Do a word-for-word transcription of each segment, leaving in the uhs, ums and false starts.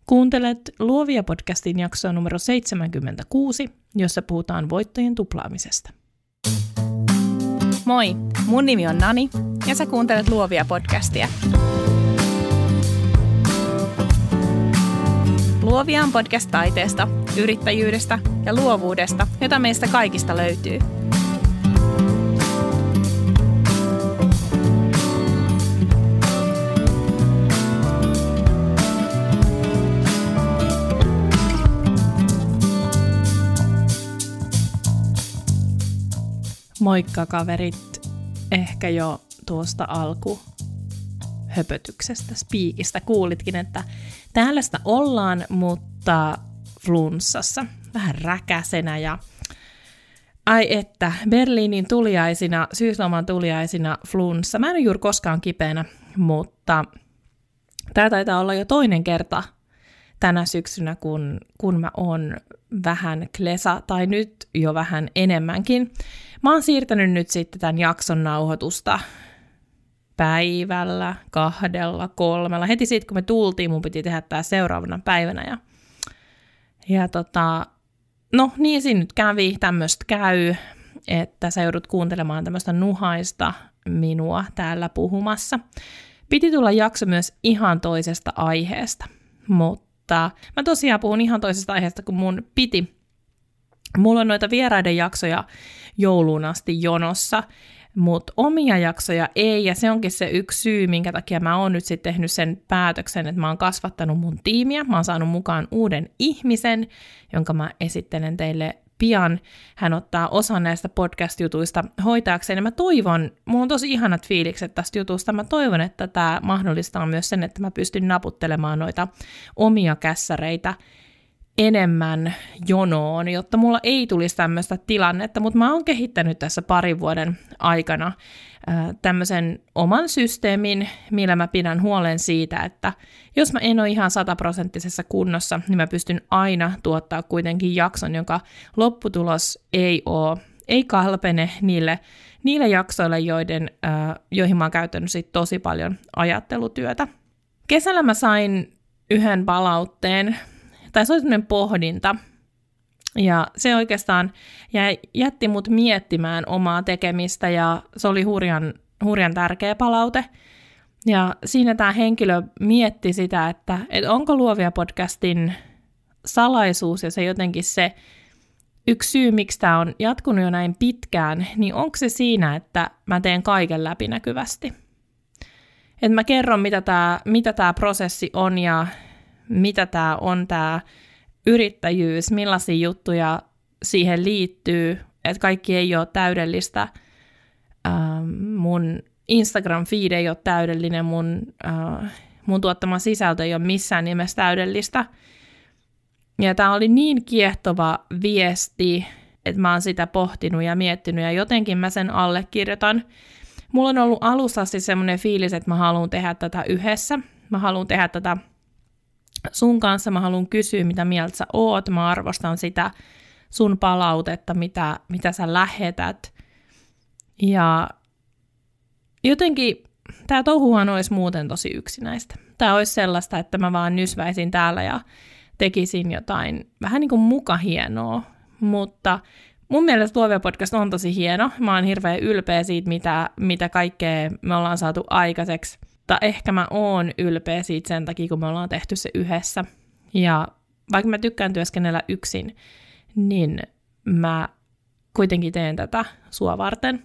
Kuuntelet Luovia podcastin jaksoa numero seitsemänkymmentäkuusi, jossa puhutaan voittojen tuplaamisesta. Moi, mun nimi on Nani ja sä kuuntelet Luovia podcastia. Luovia on podcast taiteesta, yrittäjyydestä ja luovuudesta, jota meistä kaikista löytyy. Moikka kaverit, ehkä jo tuosta alkuhöpötyksestä, spiikistä kuulitkin, että täällä sitä ollaan, mutta flunssassa, vähän räkäsenä ja ai että, Berliinin tuliaisina, syysloman tuliaisina flunssa. Mä en ole juuri koskaan kipeänä, mutta tää taitaa olla jo toinen kerta tänä syksynä, kun, kun mä oon vähän klesa, tai nyt jo vähän enemmänkin. Mä oon siirtänyt nyt sitten tämän jakson nauhoitusta päivällä, kahdella, kolmella. Heti siitä, kun me tultiin, mun piti tehdä tää seuraavana päivänä. Ja, ja tota, no niin siinä nyt kävi, tämmöistä käy, että sä joudut kuuntelemaan tämmöistä nuhaista minua täällä puhumassa. Piti tulla jakso myös ihan toisesta aiheesta, mutta mä tosiaan puhun ihan toisesta aiheesta, kun mun piti. Mulla on noita vieraiden jaksoja jouluun asti jonossa, mutta omia jaksoja ei, ja se onkin se yksi syy, minkä takia mä oon nyt sitten tehnyt sen päätöksen, että mä oon kasvattanut mun tiimiä, mä oon saanut mukaan uuden ihmisen, jonka mä esittelen teille pian. Hän ottaa osan näistä podcast-jutuista hoitaakseen, ja mä toivon, mulla on tosi ihanat fiilikset tästä jutusta, mä toivon, että tämä mahdollistaa myös sen, että mä pystyn naputtelemaan noita omia kässäreitä enemmän jonoon, jotta mulla ei tulisi tämmöistä tilannetta, mutta mä oon kehittänyt tässä parin vuoden aikana ää, tämmöisen oman systeemin, millä mä pidän huolen siitä, että jos mä en ole ihan sataprosenttisessa kunnossa, niin mä pystyn aina tuottaa kuitenkin jakson, jonka lopputulos ei ole, ei kalpene niille, niille jaksoille, joiden, ää, joihin mä oon käyttänyt sit tosi paljon ajattelutyötä. Kesällä mä sain yhden palautteen, tai se oli sellainen pohdinta, ja se oikeastaan jätti mut miettimään omaa tekemistä, ja se oli hurjan, hurjan tärkeä palaute. Ja siinä tämä henkilö mietti sitä, että, että onko Luovia podcastin salaisuus, ja se jotenkin se yksi syy, miksi tämä on jatkunut jo näin pitkään, niin onko se siinä, että mä teen kaiken läpinäkyvästi. Että mä kerron, mitä tämä mitä tämä prosessi on, ja mitä tämä on tämä yrittäjyys, millaisia juttuja siihen liittyy, että kaikki ei ole täydellistä. Ähm, mun Instagram-feed ei ole täydellinen, mun, äh, mun tuottama sisältö ei ole missään nimessä täydellistä. Ja tämä oli niin kiehtova viesti, että mä oon sitä pohtinut ja miettinyt, ja jotenkin mä sen allekirjoitan. Mulla on ollut alussa asti semmoinen fiilis, että mä haluan tehdä tätä yhdessä. Mä haluan tehdä tätä sun kanssa, mä haluan kysyä, mitä mieltä sä oot, mä arvostan sitä sun palautetta, mitä, mitä sä lähetät. Ja jotenkin tää touhuhan olisi muuten tosi yksinäistä. Tää olisi sellaista, että mä vaan nysväisin täällä ja tekisin jotain vähän niin kuin muka hienoa, mutta mun mielestä Luovia podcast on tosi hieno. Mä oon hirveän ylpeä siitä, mitä, mitä kaikkea me ollaan saatu aikaiseksi. Tai ehkä mä oon ylpeä siitä sen takia, kun me ollaan tehty se yhdessä. Ja vaikka mä tykkään työskennellä yksin, niin mä kuitenkin teen tätä sua varten.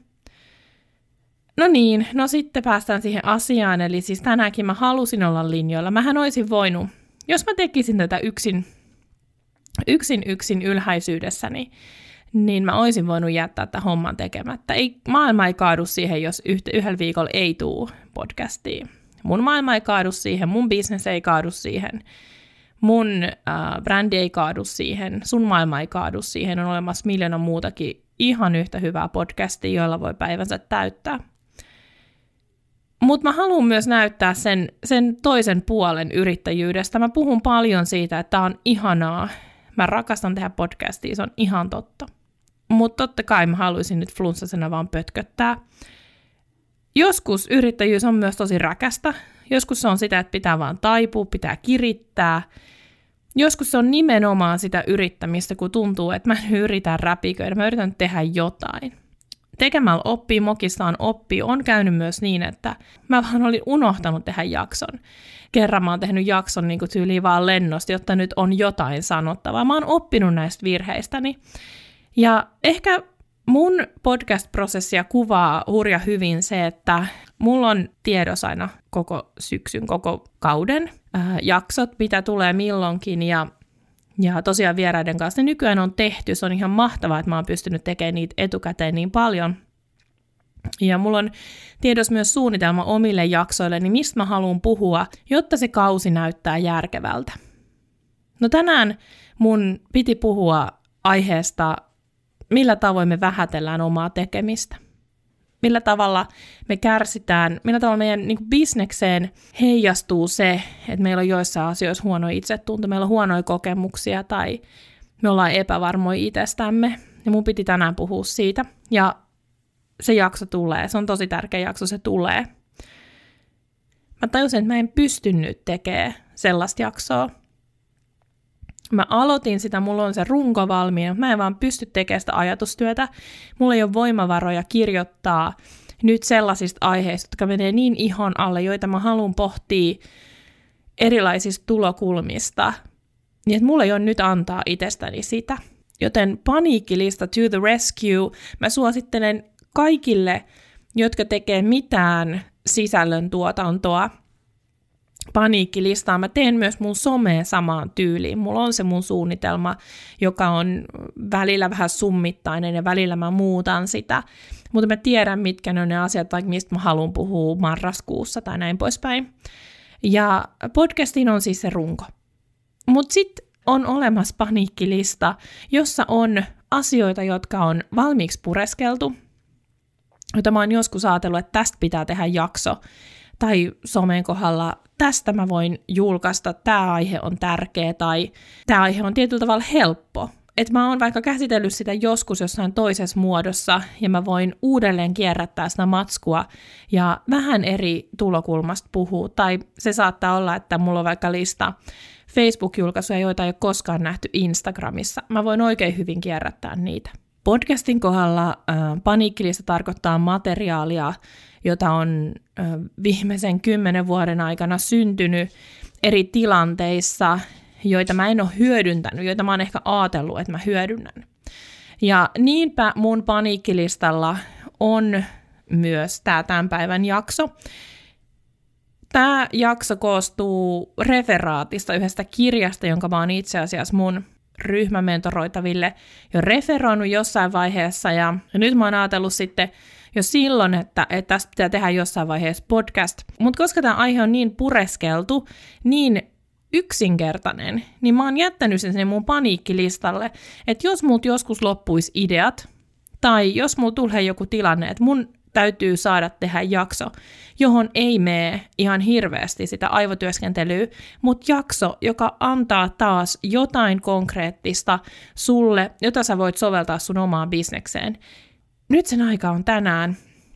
No niin, no sitten päästään siihen asiaan. Eli siis tänäänkin mä halusin olla linjoilla. Mähän olisin voinut, jos mä tekisin tätä yksin, yksin, yksin ylhäisyydessäni, niin mä olisin voinut jättää tämän homman tekemättä. Ei, maailma ei kaadu siihen, jos yhtä, yhdellä viikolla ei tule podcastiin. Mun maailma ei kaadu siihen, mun business ei kaadu siihen, mun äh, brändi ei kaadu siihen, sun maailma ei kaadu siihen. On olemassa miljoona muutakin ihan yhtä hyvää podcastia, joilla voi päivänsä täyttää. Mutta mä haluan myös näyttää sen, sen toisen puolen yrittäjyydestä. Mä puhun paljon siitä, että tää on ihanaa. Mä rakastan tehdä podcastia, se on ihan totta. Mutta totta kai mä haluaisin nyt flunssasena vaan pötköttää. Joskus yrittäjyys on myös tosi räkästä. Joskus se on sitä, että pitää vaan taipua, pitää kirittää. Joskus se on nimenomaan sitä yrittämistä, kun tuntuu, että mä yritän räpiköidä, mä yritän tehdä jotain. Tekemällä oppii, mokissaan oppii, on käynyt myös niin, että mä vaan olin unohtanut tehdä jakson. Kerran mä oon tehnyt jakson niin kuin tyyliin vaan lennosti, jotta nyt on jotain sanottavaa. Mä oon oppinut näistä virheistäni. Ja ehkä mun podcast-prosessia kuvaa hurja hyvin se, että mulla on tiedossa aina koko syksyn, koko kauden ää, jaksot, mitä tulee milloinkin, ja, ja tosiaan vieraiden kanssa ne nykyään on tehty. Se on ihan mahtavaa, että mä oon pystynyt tekemään niitä etukäteen niin paljon. Ja mulla on tiedossa myös suunnitelma omille jaksoille, niin mistä mä haluan puhua, jotta se kausi näyttää järkevältä. No tänään mun piti puhua aiheesta, millä tavoin me vähätellään omaa tekemistä. Millä tavalla me kärsitään, millä tavalla meidän niin kuin bisnekseen heijastuu se, että meillä on joissain asioissa huono itsetunto, meillä on huonoja kokemuksia tai me ollaan epävarmoja itsestämme. Ja mun piti tänään puhua siitä. Ja se jakso tulee, se on tosi tärkeä jakso, se tulee. Mä tajusin, että mä en pystynyt tekemään sellaista jaksoa. Mä aloitin sitä, mulla on se runko valmiina, mä en vaan pysty tekemään sitä ajatustyötä. Mulla ei ole voimavaroja kirjoittaa nyt sellaisista aiheista, jotka menee niin ihon alle, joita mä haluan pohtia erilaisista tulokulmista. Niin että mulla ei ole nyt antaa itsestäni sitä. Joten paniikkilista to the rescue. Mä suosittelen kaikille, jotka tekee mitään sisällön tuotantoa, paniikkilistaa. Mä teen myös mun someen samaan tyyliin. Mulla on se mun suunnitelma, joka on välillä vähän summittainen ja välillä mä muutan sitä. Mutta mä tiedän, mitkä ne on ne asiat, tai mistä mä haluan puhua marraskuussa tai näin poispäin. Ja podcastin on siis se runko. Mutta sitten on olemassa paniikkilista, jossa on asioita, jotka on valmiiksi pureskeltu, jota mä oon joskus ajatellut, että tästä pitää tehdä jakso, tai somen kohdalla tästä mä voin julkaista, tämä aihe on tärkeä, tai tämä aihe on tietyllä tavalla helppo. Että mä oon vaikka käsitellyt sitä joskus jossain toisessa muodossa, ja mä voin uudelleen kierrättää sitä matskua, ja vähän eri tulokulmasta puhua, tai se saattaa olla, että mulla on vaikka lista Facebook-julkaisuja, joita ei ole koskaan nähty Instagramissa. Mä voin oikein hyvin kierrättää niitä. Podcastin kohdalla äh, paniikkilista tarkoittaa materiaalia, jota on äh, viimeisen kymmenen vuoden aikana syntynyt eri tilanteissa, joita mä en ole hyödyntänyt, joita mä oon ehkä ajatellut, että mä hyödynnän. Ja niinpä mun paniikkilistalla on myös tää tämän päivän jakso. Tämä jakso koostuu referaatista yhdestä kirjasta, jonka mä oon itse asiassa mun ryhmämentoroitaville jo referoinut jossain vaiheessa, ja nyt mä oon ajatellut sitten jo silloin, että, että tästä pitää tehdä jossain vaiheessa podcast. Mutta koska tämä aihe on niin pureskeltu, niin yksinkertainen, niin mä oon jättänyt sen sinne mun paniikkilistalle, että jos multa joskus loppuisi ideat, tai jos mulla tulee joku tilanne, että mun täytyy saada tehdä jakso, johon ei mene ihan hirveästi sitä aivotyöskentelyä, mutta jakso, joka antaa taas jotain konkreettista sulle, jota sä voit soveltaa sun omaan bisnekseen. Nyt sen aika on tänään.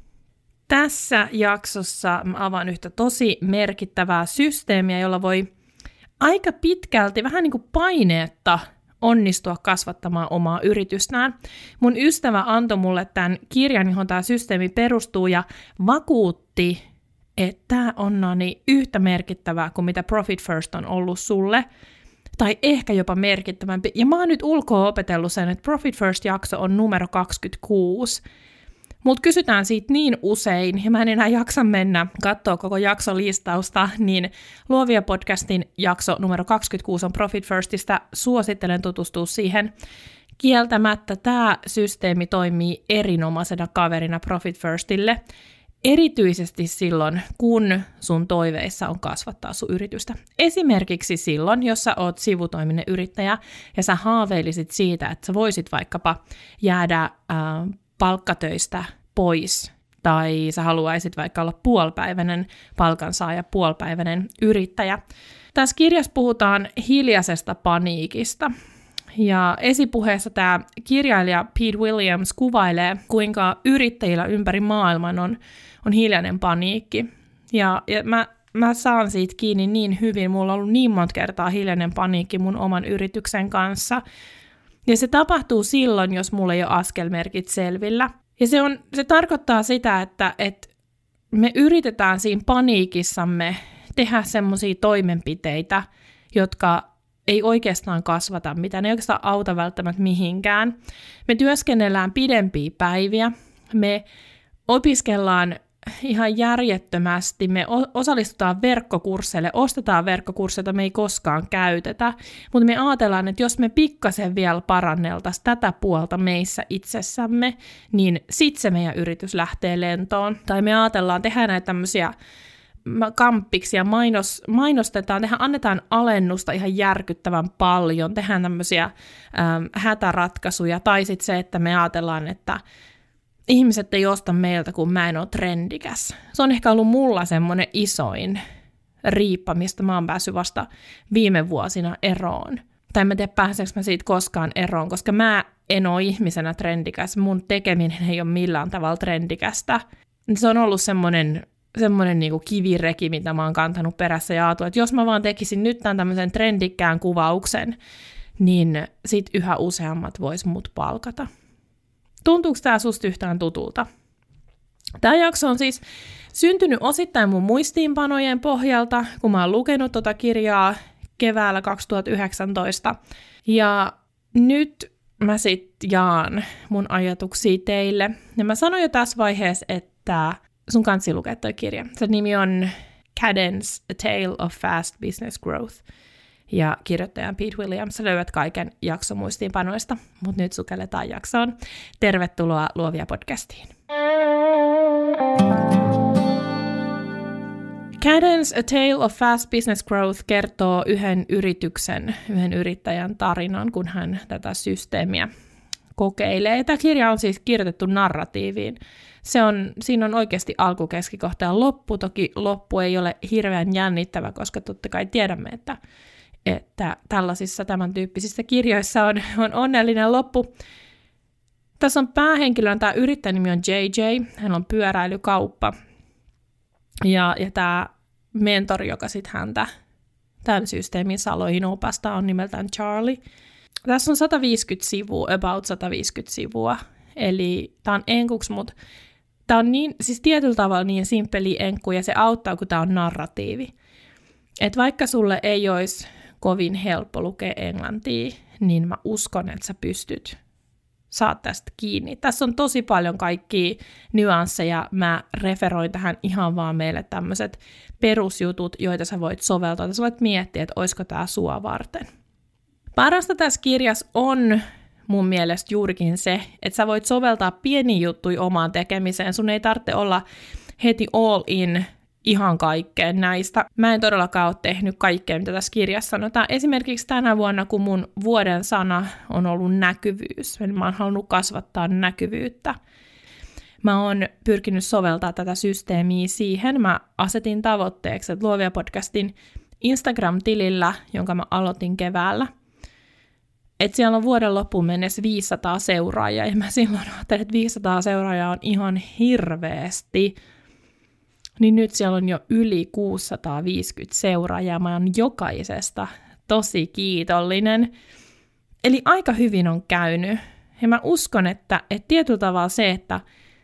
Tässä jaksossa mä avaan yhtä tosi merkittävää systeemiä, jolla voi aika pitkälti vähän niin kuin paineetta onnistua kasvattamaan omaa yritystään. Mun ystävä antoi mulle tämän kirjan, johon tämä systeemi perustuu, ja vakuutti, että tämä on nani yhtä merkittävää kuin mitä Profit First on ollut sulle, tai ehkä jopa merkittävämpi. Ja mä oon nyt ulkoa opetellut sen, että Profit First-jakso on numero kaksikymmentäkuusi. Mut kysytään siitä niin usein, ja mä en enää jaksa mennä katsoa koko jaksolistausta, niin Luovia podcastin jakso numero kaksikymmentäkuusi on Profit Firstistä. Suosittelen tutustua siihen. Kieltämättä tämä systeemi toimii erinomaisena kaverina Profit Firstille, erityisesti silloin, kun sun toiveissa on kasvattaa sun yritystä. Esimerkiksi silloin, jos sä oot sivutoiminen yrittäjä ja sä haaveilisit siitä, että sä voisit vaikkapa jäädä äh, palkkatöistä pois, tai sä haluaisit vaikka olla puolipäiväinen palkansaaja, puolipäiväinen yrittäjä. Tässä kirjassa puhutaan hiljaisesta paniikista. Ja esipuheessa tämä kirjailija Pete Williams kuvailee, kuinka yrittäjillä ympäri maailman on, on hiljainen paniikki. Ja, ja mä mä saan siitä kiinni niin hyvin. Mulla on ollut niin monta kertaa hiljainen paniikki mun oman yrityksen kanssa. Ja se tapahtuu silloin, jos mulla ei ole askelmerkit selvillä. Ja se, on, se tarkoittaa sitä, että, että me yritetään siinä paniikissamme tehdä semmoisia toimenpiteitä, jotka ei oikeastaan kasvata mitään, ne ei oikeastaan auta välttämättä mihinkään. Me työskennellään pidempiä päiviä, me opiskellaan ihan järjettömästi, me osallistutaan verkkokursseille, ostetaan verkkokursseja, me ei koskaan käytetä, mutta me ajatellaan, että jos me pikkasen vielä paranneltaisiin tätä puolta meissä itsessämme, niin sit se meidän yritys lähtee lentoon. Tai me ajatellaan, tehdään näitä tämmöisiä kamppiksi ja mainos, mainostetaan, tehdään, annetaan alennusta ihan järkyttävän paljon, tehdään tämmöisiä äm, hätäratkaisuja, tai sitten se, että me ajatellaan, että ihmiset ei osta meiltä, kun mä en ole trendikäs. Se on ehkä ollut mulla semmoinen isoin riippa, mistä mä oon päässyt vasta viime vuosina eroon. Tai en tiedä, pääseekö mä siitä koskaan eroon, koska mä en ole ihmisenä trendikäs, mun tekeminen ei ole millään tavalla trendikästä. Se on ollut semmoinen semmoinen niinku kivireki, mitä mä oon kantanut perässä ja ajatellut, että jos mä vaan tekisin nyt tämän tämmöisen trendikkään kuvauksen, niin sit yhä useammat vois mut palkata. Tuntuuko tää susta yhtään tutulta? Tää jakso on siis syntynyt osittain mun muistiinpanojen pohjalta, kun mä oon lukenut tota kirjaa keväällä kaksituhattayhdeksäntoista. Ja nyt mä sit jaan mun ajatuksia teille. Ja mä sanoin jo tässä vaiheessa, että sun kansi lukea toi kirja. Se nimi on Cadence, A Tale of Fast Business Growth. Ja kirjoittajan Pete Williams. Sä löydät kaiken jaksomuistiinpanoista, mutta nyt sukelletaan jaksoon. Tervetuloa Luovia podcastiin. Cadence, A Tale of Fast Business Growth kertoo yhden yrityksen, yhden yrittäjän tarinan, kun hän tätä systeemiä kokeilee. Tämä kirja on siis kirjoitettu narratiiviin. Se on, siinä on oikeasti alku, keskikohta ja loppu. Toki loppu ei ole hirveän jännittävä, koska totta kai tiedämme, että, että tällaisissa tämän tyyppisissä kirjoissa on, on onnellinen loppu. Tässä on päähenkilön, tämä yrittäjän nimi on J J, hän on pyöräilykauppa. Ja, ja tämä mentori, joka sitten häntä tämän systeemin saloihin opastaa, on nimeltään Charlie. Tässä on sata viisikymmentä sivua, about sata viisikymmentä sivua, eli tämä on enkuksi, mutta tämä on niin, siis tietyllä tavalla niin simppeli enkku, ja se auttaa, kun tämä on narratiivi. Että vaikka sulle ei olisi kovin helppo lukea englantia, niin mä uskon, että sä pystyt saat tästä kiinni. Tässä on tosi paljon kaikkia nyansseja. Mä referoin tähän ihan vaan meille tämmöiset perusjutut, joita sä voit soveltaa. Sä voit miettiä, että olisiko tää sua varten. Parasta tässä kirjassa on mun mielestä juurikin se, että sä voit soveltaa pieniä juttuja omaan tekemiseen. Sun ei tarvitse olla heti all in ihan kaikkeen näistä. Mä en todellakaan ole tehnyt kaikkea, mitä tässä kirjassa sanotaan. Esimerkiksi tänä vuonna, kun mun vuoden sana on ollut näkyvyys, eli mä oon halunnut kasvattaa näkyvyyttä. Mä oon pyrkinyt soveltaa tätä systeemiä siihen. Mä asetin tavoitteeksi, että Luovia podcastin Instagram-tilillä, jonka mä aloitin keväällä, että siellä on vuoden loppuun mennessä viisisataa seuraajaa, ja mä silloin ajattelin, että viisisataa seuraajaa on ihan hirveästi. Niin nyt siellä on jo yli kuusisataaviisikymmentä seuraajaa, mä oon jokaisesta tosi kiitollinen. Eli aika hyvin on käynyt. Ja mä uskon, että, että tietyllä tavalla se, että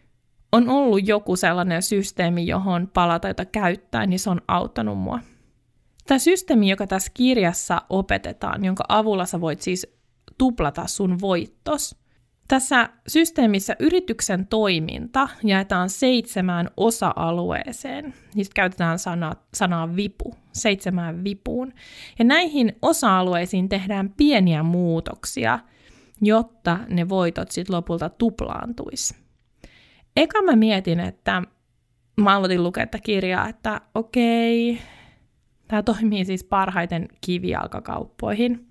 on ollut joku sellainen systeemi, johon palata, jota käyttää, niin se on auttanut mua. Tämä systeemi, joka tässä kirjassa opetetaan, jonka avulla sä voit siis tuplata sun voittos. Tässä systeemissä yrityksen toiminta jaetaan seitsemään osa-alueeseen. Niistä käytetään sanaa, sanaa vipu, seitsemään vipuun. Ja näihin osa-alueisiin tehdään pieniä muutoksia, jotta ne voitot sitten lopulta tuplaantuisi. Eka mä mietin, että mä aloitin lukea tätä kirjaa, että okei, tämä toimii siis parhaiten kivijalkakauppoihin.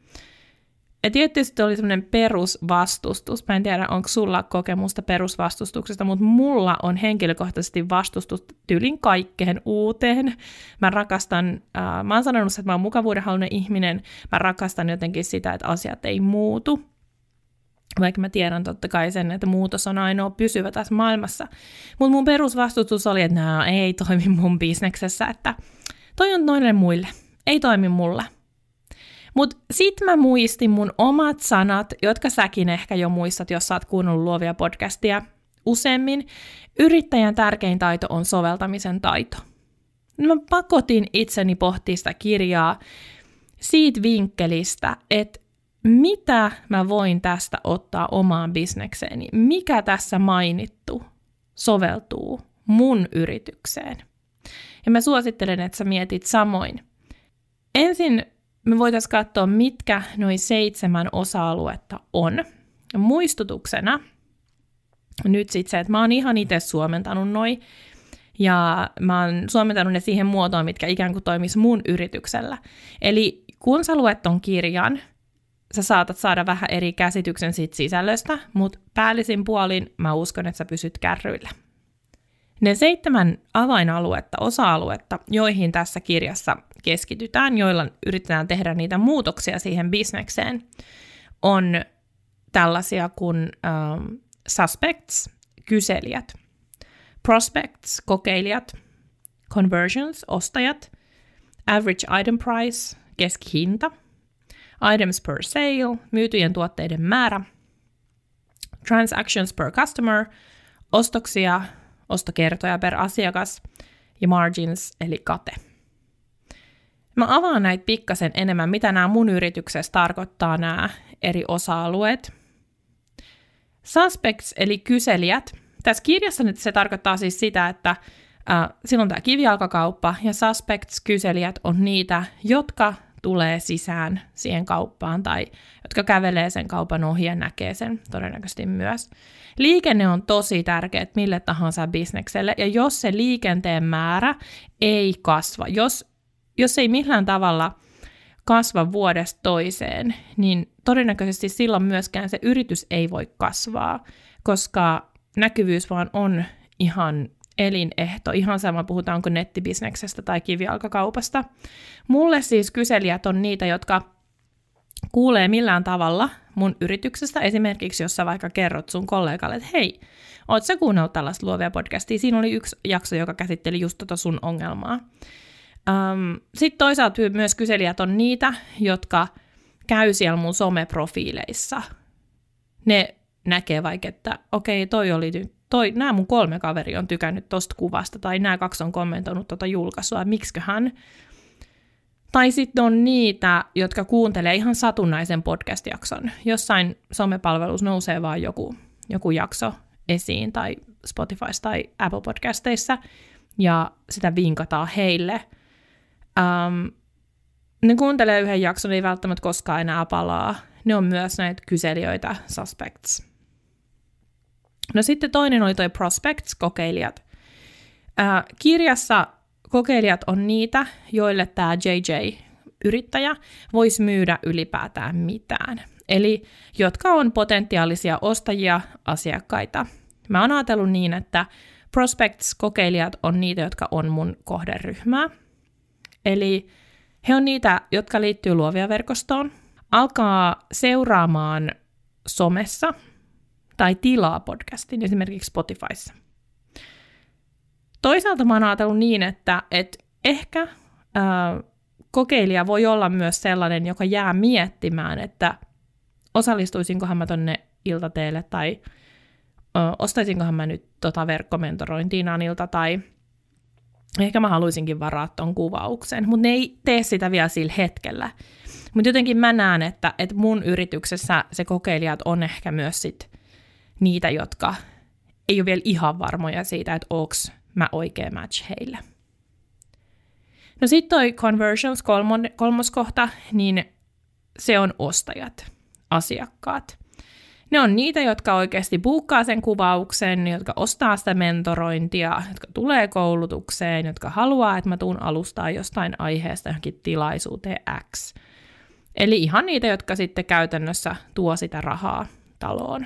Ja tietysti oli semmoinen perusvastustus. Mä en tiedä, onko sulla kokemusta perusvastustuksesta, mutta mulla on henkilökohtaisesti vastustus tyylin kaikkeen uuteen. Mä rakastan, äh, mä oon sanonut, että mä oon mukavuudenhaluinen ihminen. Mä rakastan jotenkin sitä, että asiat ei muutu. Vaikka mä tiedän totta kai sen, että muutos on ainoa pysyvä tässä maailmassa. Mutta mun perusvastustus oli, että nämä ei toimi mun bisneksessä, että toi on noille muille, ei toimi mulle. Mutta sit mä muistin mun omat sanat, jotka säkin ehkä jo muistat, jos sä oot kuunnellut Luovia podcastia useammin. Yrittäjän tärkein taito on soveltamisen taito. Mä pakotin itseni pohtia sitä kirjaa siitä vinkkelistä, että mitä mä voin tästä ottaa omaan bisnekseeni, mikä tässä mainittu soveltuu mun yritykseen. Ja mä suosittelen, että sä mietit samoin. Ensin me voitaisiin katsoa, mitkä noin seitsemän osa-aluetta on. Muistutuksena nyt sitten se, että mä oon ihan itse suomentanut noi, ja mä oon suomentanut ne siihen muotoon, mitkä ikään kuin toimisi mun yrityksellä. Eli kun sä luet ton kirjan, sä saatat saada vähän eri käsityksen siitä sisällöstä, mutta päällisin puolin mä uskon, että sä pysyt kärryillä. Ne seitsemän avainaluetta, osa-aluetta, joihin tässä kirjassa keskitytään, joilla yritetään tehdä niitä muutoksia siihen bisnekseen, on tällaisia kuin um, suspects, kyselijät, prospects, kokeilijat, conversions, ostajat, average item price, keskihinta, items per sale, myytyjen tuotteiden määrä, transactions per customer, ostoksia, ostokertoja per asiakas ja margins eli kate. Mä avaan näitä pikkasen enemmän, mitä nämä mun yrityksessä tarkoittaa nämä eri osa-alueet. Suspects eli kyselijät. Tässä kirjassa nyt se tarkoittaa siis sitä, että äh, silloin tämä kivijalkakauppa ja suspects kyselijät on niitä, jotka tulee sisään siihen kauppaan tai jotka kävelee sen kaupan ohi ja näkee sen todennäköisesti myös. Liikenne on tosi tärkeä mille tahansa bisnekselle, ja jos se liikenteen määrä ei kasva, jos, jos ei millään tavalla kasva vuodesta toiseen, niin todennäköisesti silloin myöskään se yritys ei voi kasvaa, koska näkyvyys vaan on ihan elinehto, ihan sama puhutaanko nettibisneksestä tai kivijalkakaupasta. Mulle siis kyselijät on niitä, jotka kuulee millään tavalla mun yrityksestä, esimerkiksi jos sä vaikka kerrot sun kollegalle, että hei, oot sä kuunnellut tällaista Luovia podcastia? Siinä oli yksi jakso, joka käsitteli just tota sun ongelmaa. Um, Sitten toisaalta myös kyselijät on niitä, jotka käy siellä mun someprofiileissa. Ne näkee vaikka, että okei, okay, toi oli nyt Toi, nämä mun kolme kaveri on tykännyt tosta kuvasta, tai nämä kaksi on kommentoinut tota julkaisua, miksiköhän. Tai sitten on niitä, jotka kuuntelee ihan satunnaisen podcast-jakson. Jossain somepalvelussa nousee vaan joku, joku jakso esiin, tai Spotifyssa tai Apple Podcasteissa, ja sitä vinkataan heille. Um, ne kuuntelee yhden jakson, ei välttämättä koskaan enää palaa. Ne on myös näitä kyselijöitä, suspects. No sitten toinen oli toi prospects, kokeilijat. Ää, kirjassa kokeilijat on niitä, joille tämä J J-yrittäjä voisi myydä ylipäätään mitään. Eli jotka on potentiaalisia ostajia, asiakkaita. Mä oon ajatellut niin, että prospects, kokeilijat on niitä, jotka on mun kohderyhmää. Eli he on niitä, jotka liittyy Luovia verkostoon, alkaa seuraamaan somessa, tai tilaa podcastin, esimerkiksi Spotifyssa. Toisaalta mä oon ajatellut niin, että et ehkä ää, kokeilija voi olla myös sellainen, joka jää miettimään, että osallistuisinkohan mä tonne iltateelle, tai ö, ostaisinkohan mä nyt tota verkkomentorointiin Anilta, tai ehkä mä haluaisinkin varaa ton kuvauksen, mutta ne ei tee sitä vielä sillä hetkellä. Mutta jotenkin mä näen, että et mun yrityksessä se kokeilijat on ehkä myös sit niitä, jotka ei ole vielä ihan varmoja siitä, että onko mä oikea match heille. No sitten toi conversions, kolmon, kolmoskohta, niin se on ostajat, asiakkaat. Ne on niitä, jotka oikeasti buukkaa sen kuvauksen, jotka ostaa sitä mentorointia, jotka tulee koulutukseen, jotka haluaa, että mä tuun alustaa jostain aiheesta johonkin tilaisuuteen X. Eli ihan niitä, jotka sitten käytännössä tuo sitä rahaa taloon.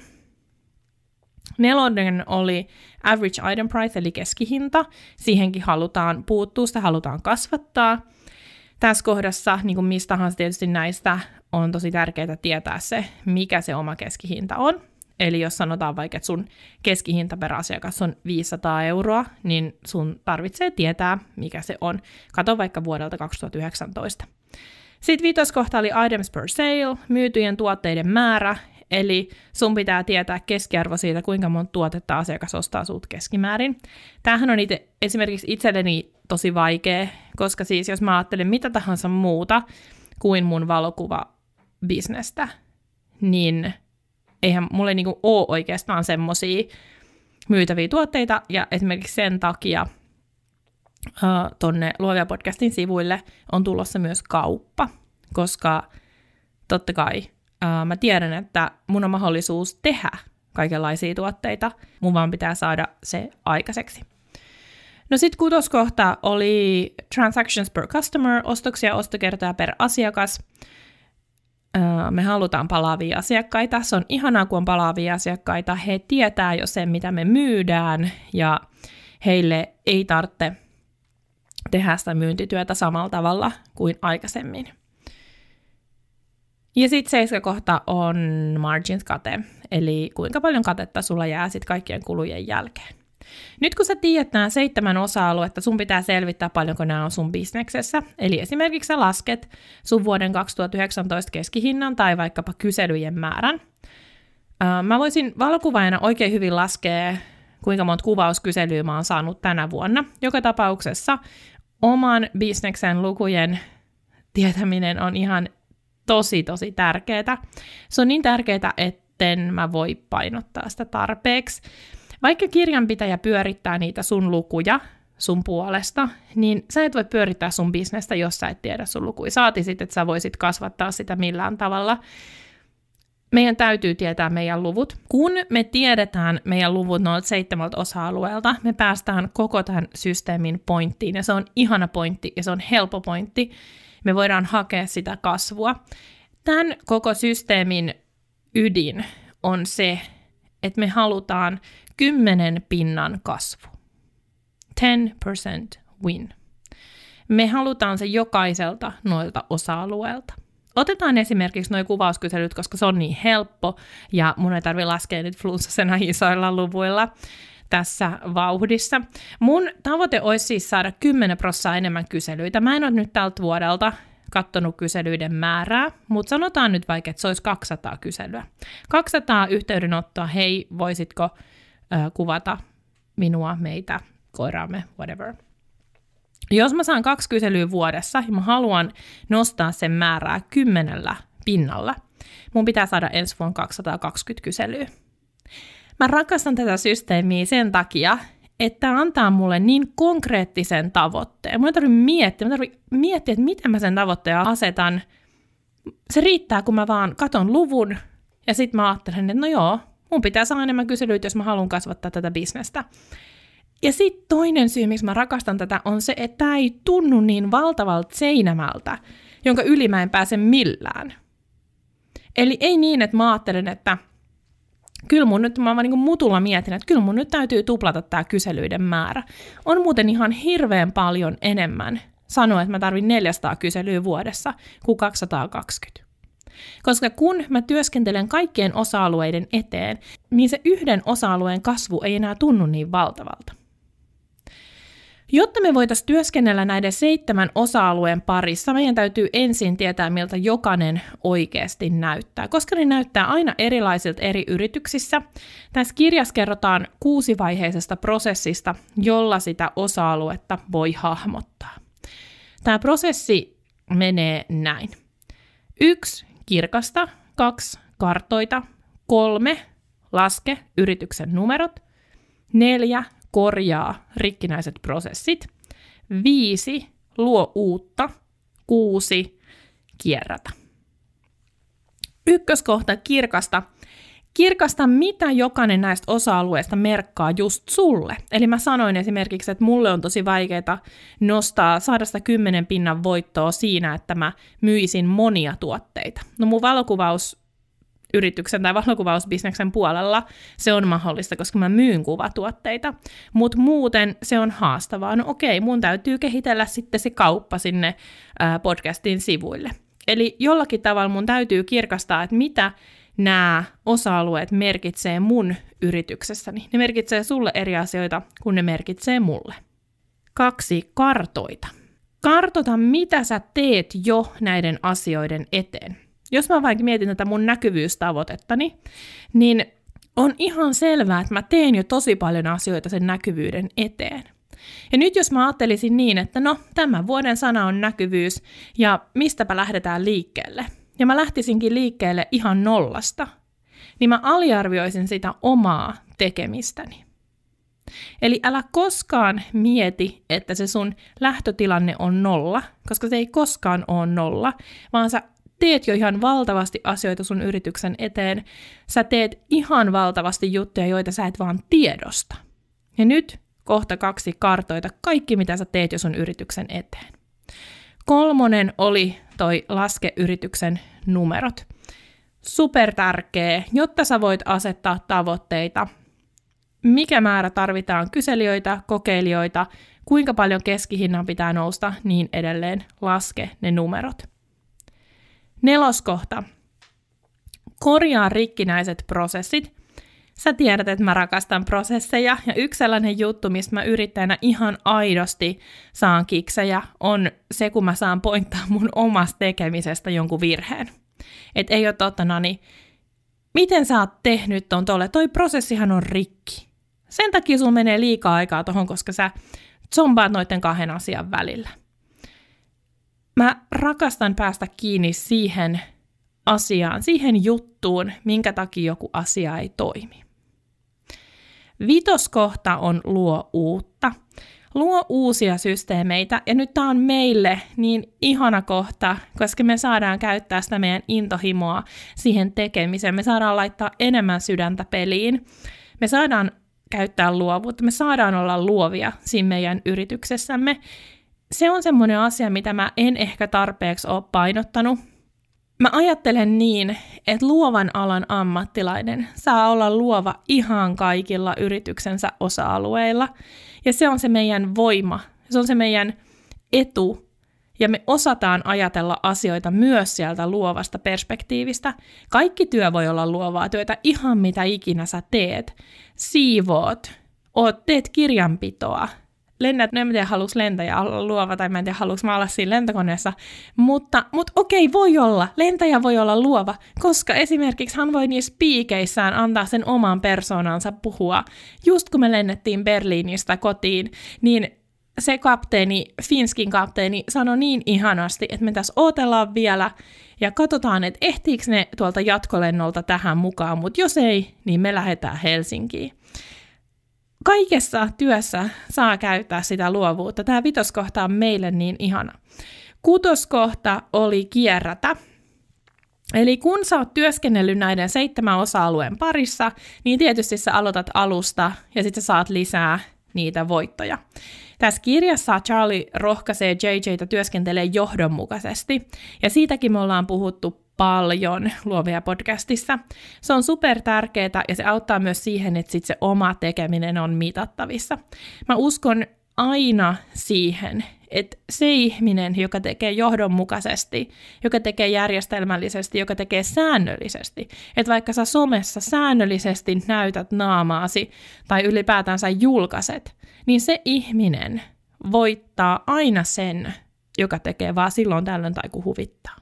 Nelonen oli average item price, eli keskihinta. Siihenkin halutaan puuttua, sitä halutaan kasvattaa. Tässä kohdassa, niin kuin mistä tahansa tietysti näistä, on tosi tärkeää tietää se, mikä se oma keskihinta on. Eli jos sanotaan vaikka, että sun keskihinta per asiakas on viisisataa euroa, niin sun tarvitsee tietää, mikä se on. Kato vaikka vuodelta kaksituhattayhdeksäntoista. Sitten viitoskohta oli items per sale, myytyjen tuotteiden määrä, eli sun pitää tietää keskiarvo siitä, kuinka monta tuotetta asiakas ostaa sulta keskimäärin. Tämähän on itse, esimerkiksi itselleni tosi vaikea, koska siis jos mä ajattelen mitä tahansa muuta kuin mun valokuvabisnestä, niin eihän mulle niinku ole oikeastaan semmosia myytäviä tuotteita, ja esimerkiksi sen takia uh, tonne Luovia podcastin sivuille on tulossa myös kauppa, koska totta kai uh, mä tiedän, että mun on mahdollisuus tehdä kaikenlaisia tuotteita, mun vaan pitää saada se aikaiseksi. No sit kutoskohta oli transactions per customer, ostoksia ostokertoja per asiakas. Me halutaan palaavia asiakkaita. Se on ihanaa, kun on palaavia asiakkaita. He tietää jo sen, mitä me myydään, ja heille ei tarvitse tehdä sitä myyntityötä samalla tavalla kuin aikaisemmin. Ja sitten seiska kohta on margins kate, eli kuinka paljon katetta sulla jää sitten kaikkien kulujen jälkeen. Nyt kun sä tiedät nämä seitsemän osa-aluetta, sun pitää selvittää paljonko nämä on sun bisneksessä. Eli esimerkiksi sä lasket sun vuoden kaksituhattayhdeksäntoista keskihinnan tai vaikkapa kyselyjen määrän. Mä voisin valokuvaajana oikein hyvin laskea, kuinka monta kuvauskyselyä mä oon saanut tänä vuonna. Joka tapauksessa oman bisneksen lukujen tietäminen on ihan tosi, tosi tärkeää. Se on niin tärkeää, etten mä voi painottaa sitä tarpeeksi. Vaikka kirjanpitäjä pyörittää niitä sun lukuja sun puolesta, niin sä et voi pyörittää sun bisnestä, jos sä et tiedä sun lukuja. Saati sitten, että sä voisit kasvattaa sitä millään tavalla. Meidän täytyy tietää meidän luvut. Kun me tiedetään meidän luvut noilta seitsemältä osa-alueelta, me päästään koko tämän systeemin pointtiin, ja se on ihana pointti, ja se on helppo pointti. Me voidaan hakea sitä kasvua. Tämän koko systeemin ydin on se, että me halutaan kymmenen pinnan kasvu. ten percent win. Me halutaan se jokaiselta noilta osa-alueelta. Otetaan esimerkiksi nuo kuvauskyselyt, koska se on niin helppo, ja mun ei tarvitse laskea nyt flunssasena isoilla luvuilla tässä vauhdissa. Mun tavoite olisi siis saada kymmenen prosenttia enemmän kyselyitä. Mä en ole nyt tältä vuodelta katsonut kyselyiden määrää, mutta sanotaan nyt vaikka, että se olisi kaksisataa kyselyä. kaksisataa yhteydenottoa, hei, voisitko ö, kuvata minua, meitä, koiraamme, whatever. Jos mä saan kaksi kyselyä vuodessa ja mä haluan nostaa sen määrää kymmenellä pinnalla, mun pitää saada ensi vuonna kaksisataakaksikymmentä kyselyä. Mä rakastan tätä systeemiä sen takia, että antaa mulle niin konkreettisen tavoitteen. Mun ei tarvitse miettiä, mä tarvitse miettiä, että miten mä sen tavoitteen asetan. Se riittää, kun mä vaan katon luvun, ja sit mä ajattelen, että no joo, mun pitää saada enemmän kyselyitä, jos mä haluan kasvattaa tätä bisnestä. Ja sitten toinen syy, miksi mä rakastan tätä, on se, että tää ei tunnu niin valtavalta seinämältä, jonka yli mä en pääse millään. Eli ei niin, että mä ajattelen, että kyllä mun nyt, mä vaan niin mutulla mietin, että kyllä mun nyt täytyy tuplata tää kyselyiden määrä. On muuten ihan hirveän paljon enemmän sanoa, että mä tarvin neljäsataa kyselyä vuodessa kuin kaksisataakaksikymmentä. Koska kun mä työskentelen kaikkien osa-alueiden eteen, niin se yhden osa-alueen kasvu ei enää tunnu niin valtavalta. Jotta me voitaisiin työskennellä näiden seitsemän osa-alueen parissa, meidän täytyy ensin tietää, miltä jokainen oikeasti näyttää, koska ne näyttää aina erilaisilta eri yrityksissä. Tässä kirjassa kerrotaan kuusivaiheisesta prosessista, jolla sitä osa-aluetta voi hahmottaa. Tämä prosessi menee näin. Yksi, kirkasta. Kaksi, kartoita. Kolme, laske yrityksen numerot. Neljä, korjaa rikkinäiset prosessit. Viisi, luo uutta. Kuusi, kierrätä. Ykköskohta, kirkasta. Kirkasta, mitä jokainen näistä osa-alueista merkkaa just sulle. Eli mä sanoin esimerkiksi, että mulle on tosi vaikeaa nostaa, saada sitä kymmenen pinnan voittoa siinä, että mä myisin monia tuotteita. No mun valokuvausyrityksen tai valokuvausbisneksen puolella se on mahdollista, koska mä myyn kuvatuotteita, mutta muuten se on haastavaa. No okei, mun täytyy kehitellä sitten se kauppa sinne ää, podcastin sivuille. Eli jollakin tavalla mun täytyy kirkastaa, että mitä nämä osa-alueet merkitsee mun yrityksessäni. Ne merkitsee sulle eri asioita, kun ne merkitsee mulle. Kaksi, kartoita. Kartoita, mitä sä teet jo näiden asioiden eteen. Jos mä vaikka mietin tätä mun näkyvyystavoitettani, niin on ihan selvää, että mä teen jo tosi paljon asioita sen näkyvyyden eteen. Ja nyt jos mä ajattelisin niin, että no, tämän vuoden sana on näkyvyys, ja mistäpä lähdetään liikkeelle, ja mä lähtisinkin liikkeelle ihan nollasta, niin mä aliarvioisin sitä omaa tekemistäni. Eli älä koskaan mieti, että se sun lähtötilanne on nolla, koska se ei koskaan ole nolla, vaan sä teet jo ihan valtavasti asioita sun yrityksen eteen. Sä teet ihan valtavasti juttuja, joita sä et vaan tiedosta. Ja nyt kohta kaksi, kartoita kaikki, mitä sä teet jo sun yrityksen eteen. Kolmonen oli toi laske yrityksen numerot. Super tärkeä, jotta sä voit asettaa tavoitteita. Mikä määrä tarvitaan kyselijöitä, kokeilijoita, kuinka paljon keskihinnan pitää nousta, niin edelleen laske ne numerot. Neloskohta. Korjaa rikkinäiset prosessit. Sä tiedät, että mä rakastan prosesseja, ja yksi sellainen juttu, mistä mä yrittäjänä ihan aidosti saan kiksejä, on se, kun mä saan pointtaa mun omasta tekemisestä jonkun virheen. Et ei ole totta, Nani, miten sä oot tehnyt ton tolle? Toi prosessihan on rikki. Sen takia sulla menee liikaa aikaa tohon, koska sä zombaat noiden kahden asian välillä. Mä rakastan päästä kiinni siihen asiaan, siihen juttuun, minkä takia joku asia ei toimi. Vitoskohta on luo uutta. Luo uusia systeemeitä, ja nyt tää on meille niin ihana kohta, koska me saadaan käyttää sitä meidän intohimoa siihen tekemiseen. Me saadaan laittaa enemmän sydäntä peliin. Me saadaan käyttää luovuutta, me saadaan olla luovia siinä meidän yrityksessämme. Se on semmoinen asia, mitä mä en ehkä tarpeeksi ole painottanut. Mä ajattelen niin, että luovan alan ammattilainen saa olla luova ihan kaikilla yrityksensä osa-alueilla. Ja se on se meidän voima, se on se meidän etu. Ja me osataan ajatella asioita myös sieltä luovasta perspektiivistä. Kaikki työ voi olla luovaa työtä, ihan mitä ikinä sä teet. Siivoot, oot, teet kirjanpitoa, lennät, no en tiedä, haluuks lentäjä olla luova, tai mä en tiedä, haluuks mä olla siinä lentokoneessa, mutta, mutta okei, voi olla, lentäjä voi olla luova, koska esimerkiksi hän voi niissä piikeissään antaa sen oman persoonansa puhua. Just kun me lennettiin Berliinistä kotiin, niin se kapteeni, Finskin kapteeni, sanoi niin ihanasti, että me tässä odotellaan vielä, ja katsotaan, että ehtiikö ne tuolta jatkolennolta tähän mukaan, mutta jos ei, niin me lähdetään Helsinkiin. Kaikessa työssä saa käyttää sitä luovuutta. Tämä vitoskohta on meille niin ihana. Kutoskohta oli kierrätä. Eli kun sä oot työskennellyt näiden seitsemän osa-alueen parissa, niin tietysti sä aloitat alusta ja sitten sä saat lisää niitä voittoja. Tässä kirjassa Charlie rohkaisee J J:tä työskentelee johdonmukaisesti, ja siitäkin me ollaan puhuttu paljon Luovia podcastissa. Se on super tärkeää, ja se auttaa myös siihen, että sit se oma tekeminen on mitattavissa. Mä uskon aina siihen, että se ihminen, joka tekee johdonmukaisesti, joka tekee järjestelmällisesti, joka tekee säännöllisesti, että vaikka sä somessa säännöllisesti näytät naamaasi tai ylipäätään sä julkaiset, niin se ihminen voittaa aina sen, joka tekee vaan silloin tällöin tai kun huvittaa.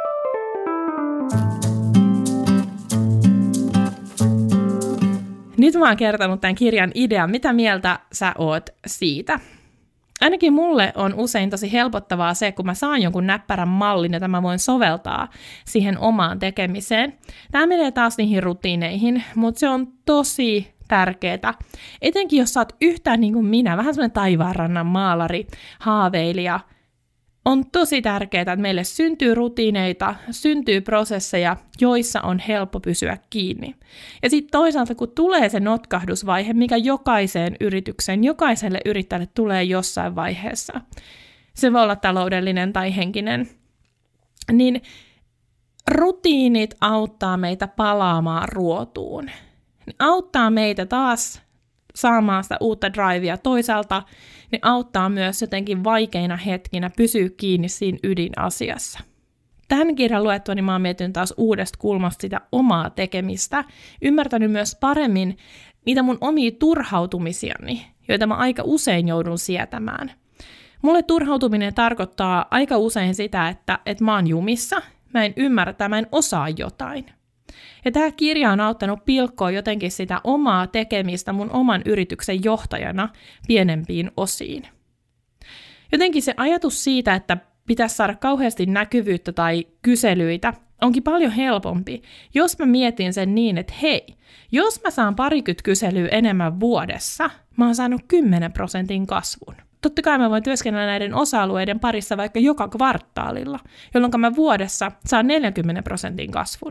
Nyt mä oon kertonut tämän kirjan idean. Mitä mieltä sä oot siitä? Ainakin mulle on usein tosi helpottavaa se, kun mä saan jonkun näppärän mallin, jota mä voin soveltaa siihen omaan tekemiseen. Tämä menee taas niihin rutiineihin, mutta se on tosi tärkeää. Etenkin jos sä oot yhtään niin kuin minä, vähän semmoinen taivaanrannan maalari, haaveilija, on tosi tärkeää, että meille syntyy rutiineita, syntyy prosesseja, joissa on helppo pysyä kiinni. Ja sitten toisaalta, kun tulee se notkahdusvaihe, mikä jokaiseen yritykseen, jokaiselle yrittäjälle tulee jossain vaiheessa, se voi olla taloudellinen tai henkinen, niin rutiinit auttaa meitä palaamaan ruotuun. Ne auttaa meitä taas saamaan sitä uutta drivea. Toisaalta ne auttaa myös jotenkin vaikeina hetkinä pysyä kiinni siinä ydinasiassa. tämän kirjan luettua, niin mä oon miettinyt taas uudesta kulmasta sitä omaa tekemistä, ymmärtänyt myös paremmin niitä mun omia turhautumisiani, joita mä aika usein joudun sietämään. Mulle turhautuminen tarkoittaa aika usein sitä, että, että mä oon jumissa, mä en ymmärrä tai mä en osaa jotain. Ja tämä kirja on auttanut pilkkoa jotenkin sitä omaa tekemistä mun oman yrityksen johtajana pienempiin osiin. Jotenkin se ajatus siitä, että pitäisi saada kauheasti näkyvyyttä tai kyselyitä, onkin paljon helpompi, jos mä mietin sen niin, että hei, jos mä saan parikymmentä kyselyä enemmän vuodessa, mä oon saanut kymmenen prosentin kasvun. Totta kai mä voin työskennellä näiden osa-alueiden parissa vaikka joka kvartaalilla, jolloin mä vuodessa saan neljänkymmenen prosentin kasvun.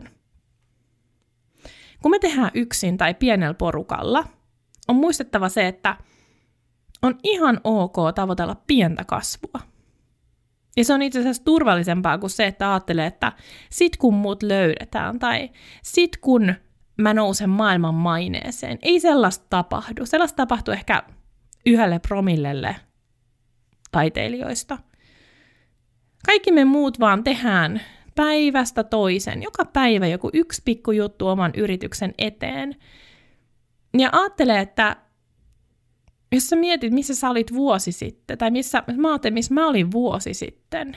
Kun me tehdään yksin tai pienellä porukalla, on muistettava se, että on ihan ok tavoitella pientä kasvua. Ja se on itse asiassa turvallisempaa kuin se, että ajattelee, että sit kun mut löydetään tai sit kun mä nousen maailman maineeseen, ei sellaista tapahdu. Sellaista tapahtuu ehkä yhdelle promillelle taiteilijoista. Kaikki me muut vaan tehdään päivästä toisen, joka päivä joku yksi pikku juttu oman yrityksen eteen. Ja ajattelee, että jos sä mietit, missä sä olit vuosi sitten, tai missä mä ajattelin, missä mä olin vuosi sitten,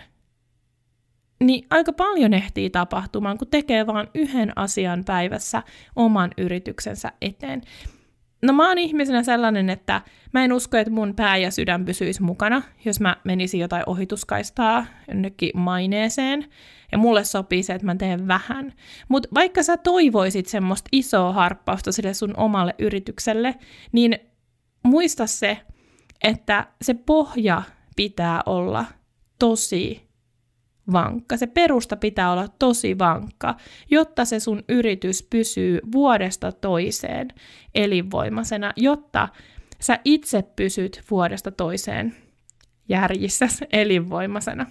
niin aika paljon ehtii tapahtumaan, kun tekee vaan yhden asian päivässä oman yrityksensä eteen. No mä oon ihmisenä sellainen, että mä en usko, että mun pää ja sydän pysyisi mukana, jos mä menisin jotain ohituskaistaa jonnekin maineeseen, ja mulle sopii se, että mä teen vähän. Mutta vaikka sä toivoisit semmoista isoa harppausta sille sun omalle yritykselle, niin muista se, että se pohja pitää olla tosi vankka. Se perusta pitää olla tosi vankka, jotta se sun yritys pysyy vuodesta toiseen elinvoimaisena, jotta sä itse pysyt vuodesta toiseen järjissä elinvoimaisena.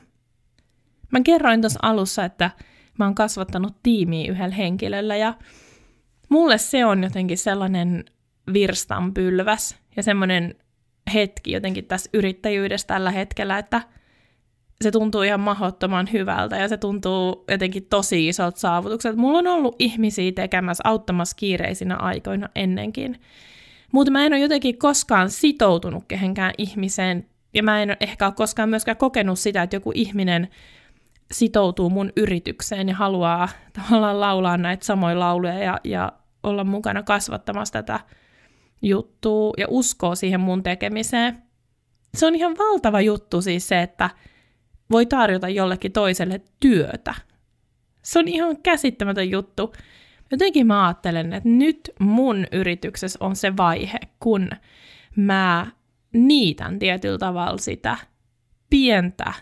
Mä kerroin tuossa alussa, että mä oon kasvattanut tiimiä yhdellä henkilöllä ja mulle se on jotenkin sellainen virstanpylväs ja semmoinen hetki jotenkin tässä yrittäjyydessä tällä hetkellä, että se tuntuu ihan mahdottoman hyvältä ja se tuntuu jotenkin tosi isolta saavutukselta. Mulla on ollut ihmisiä tekemässä, auttamassa kiireisinä aikoina ennenkin, mutta mä en ole jotenkin koskaan sitoutunut kehenkään ihmiseen ja mä en ehkä ole koskaan myöskään kokenut sitä, että joku ihminen sitoutuu mun yritykseen ja haluaa tavallaan laulaa näitä samoja lauluja ja, ja olla mukana kasvattamassa tätä juttua ja uskoo siihen mun tekemiseen. Se on ihan valtava juttu siis se, että voi tarjota jollekin toiselle työtä. Se on ihan käsittämätön juttu. Jotenkin mä ajattelen, että nyt mun yrityksessä on se vaihe, kun mä niitän tietyllä tavalla sitä pientä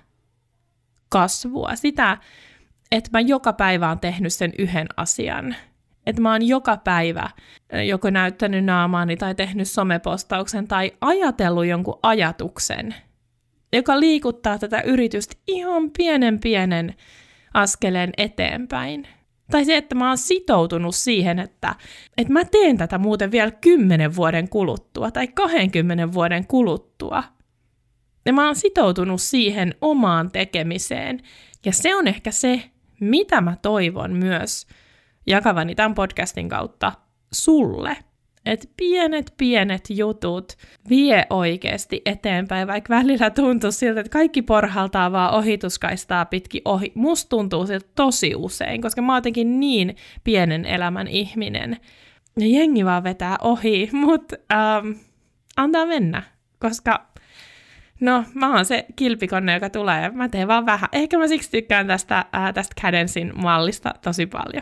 kasvua. Sitä, että mä joka päivä oon tehnyt sen yhden asian. Että mä oon joka päivä joko näyttänyt naamaani tai tehnyt somepostauksen tai ajatellut jonkun ajatuksen, joka liikuttaa tätä yritystä ihan pienen pienen askeleen eteenpäin. Tai se, että mä oon sitoutunut siihen, että, että mä teen tätä muuten vielä kymmenen vuoden kuluttua tai kahdenkymmenen vuoden kuluttua. Ja mä oon sitoutunut siihen omaan tekemiseen. Ja se on ehkä se, mitä mä toivon myös jakavani tämän podcastin kautta sulle. Että pienet, pienet jutut vie oikeasti eteenpäin, vaikka välillä tuntuu siltä, että kaikki porhaltaa vaan ohituskaistaa pitkin ohi. Musta tuntuu siltä tosi usein, koska mä oon jotenkin niin pienen elämän ihminen. Ja jengi vaan vetää ohi, mutta ähm, antaa mennä, koska no mä oon se kilpikonne, joka tulee ja mä teen vaan vähän. Ehkä mä siksi tykkään tästä, äh, tästä Cadencen mallista tosi paljon.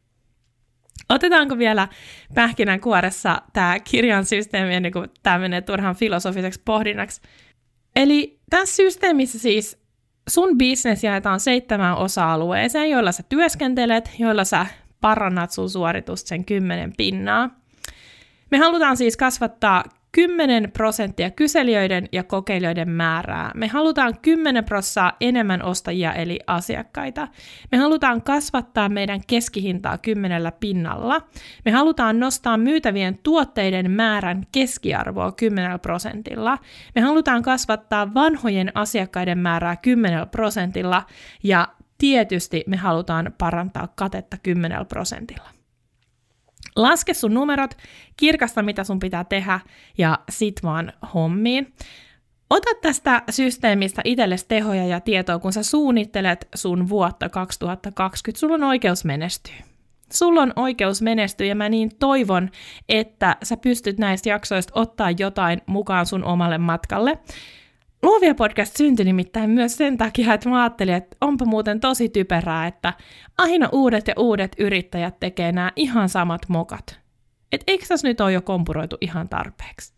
Otetaanko vielä pähkinänkuoressa tämä kirjan systeemi, ennen kuin tämä menee turhan filosofiseksi pohdinnaksi. Eli tässä systeemissä siis sun business jaetaan seitsemään osa-alueeseen, joilla sä työskentelet, joilla sä parannat sun suoritusta sen kymmenen pinnaa. Me halutaan siis kasvattaa kymmenen prosenttia kyselijöiden ja kokeilijoiden määrää. Me halutaan kymmenen prosenttia enemmän ostajia eli asiakkaita. Me halutaan kasvattaa meidän keskihintaa kymmenellä pinnalla. Me halutaan nostaa myytävien tuotteiden määrän keskiarvoa kymmenellä prosentilla. Me halutaan kasvattaa vanhojen asiakkaiden määrää kymmenellä prosentilla ja tietysti me halutaan parantaa katetta kymmenellä prosentilla. Laske sun numerot, kirkasta mitä sun pitää tehdä ja sit vaan hommiin. Ota tästä systeemistä itsellesi tehoja ja tietoa, kun sä suunnittelet sun vuotta kaksituhattakaksikymmentä, sulla on oikeus menestyä. Sulla on oikeus menestyä ja mä niin toivon, että sä pystyt näistä jaksoista ottaa jotain mukaan sun omalle matkalle. Luovia podcast syntyi nimittäin myös sen takia, että mä ajattelin, että onpa muuten tosi typerää, että aina uudet ja uudet yrittäjät tekee nämä ihan samat mokat. Et eikö tässä nyt ole jo kompuroitu ihan tarpeeksi?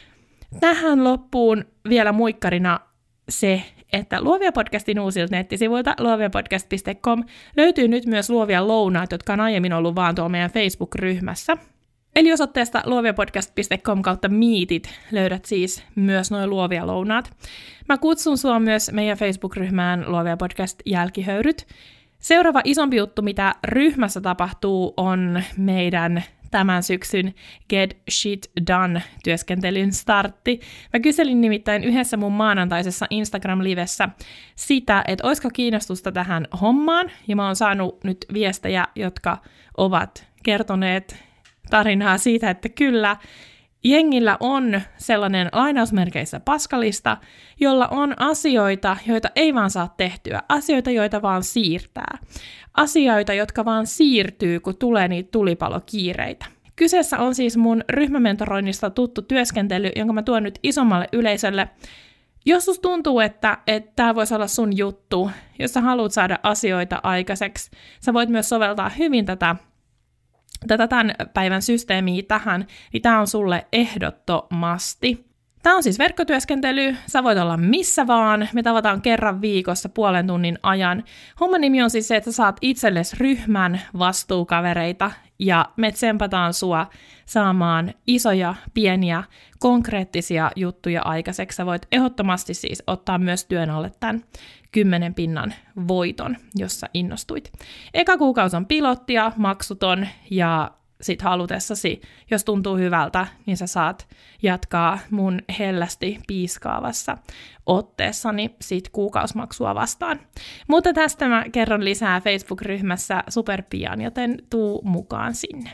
Tähän loppuun vielä muikkarina se, että Luovia podcastin uusilta nettisivuilta luoviapodcast piste com löytyy nyt myös luovia lounaat, jotka on aiemmin ollut vaan tuolla meidän Facebook-ryhmässä. Eli osoitteesta luoviapodcast piste com kautta meetit löydät siis myös nuo luovia lounaat. Mä kutsun sua myös meidän Facebook-ryhmään Luovia podcast jälkihöyryt. Seuraava isompi juttu, mitä ryhmässä tapahtuu, on meidän tämän syksyn Get Shit Done-työskentelyn startti. Mä kyselin nimittäin yhdessä mun maanantaisessa Instagram-livessä sitä, että olisiko kiinnostusta tähän hommaan, ja mä oon saanut nyt viestejä, jotka ovat kertoneet tarinaa siitä, että kyllä, jengillä on sellainen lainausmerkeissä paskalista, jolla on asioita, joita ei vaan saa tehtyä, asioita, joita vaan siirtää, asioita, jotka vaan siirtyy, kun tulee niitä tulipalokiireitä. Kyseessä on siis mun ryhmämentoroinnista tuttu työskentely, jonka mä tuon nyt isommalle yleisölle. Jos susta tuntuu, että tämä voisi olla sun juttu, jos sä haluat saada asioita aikaiseksi, sä voit myös soveltaa hyvin tätä tätä tämän päivän systeemiä tähän, niin tämä on sulle ehdottomasti. Tämä on siis verkkotyöskentely, sä voit olla missä vaan, me tavataan kerran viikossa puolen tunnin ajan. Homman nimi on siis se, että sä saat itsellesi ryhmän vastuukavereita ja me tsempataan sua saamaan isoja, pieniä, konkreettisia juttuja aikaiseksi. Sä voit ehdottomasti siis ottaa myös työn alle tämän kymmenen pinnan voiton, jos sä innostuit. Eka kuukausi on pilottia, maksuton ja sit halutessasi, jos tuntuu hyvältä, niin sä saat jatkaa mun hellästi piiskaavassa otteessani sit kuukausimaksua vastaan. Mutta tästä mä kerron lisää Facebook-ryhmässä superpian, joten tuu mukaan sinne.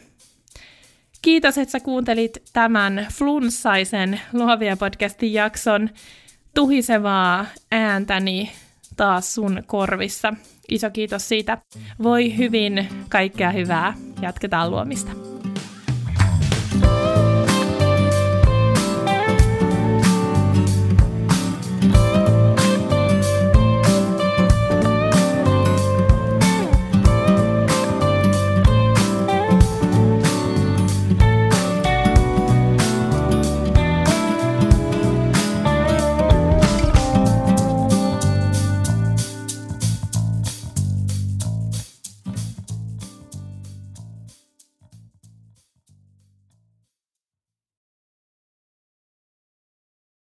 Kiitos, että sä kuuntelit tämän flunssaisen Luovia podcastin jakson tuhisevaa ääntäni taas sun korvissa. Iso kiitos siitä. Voi hyvin, kaikkea hyvää. Jatketaan luomista.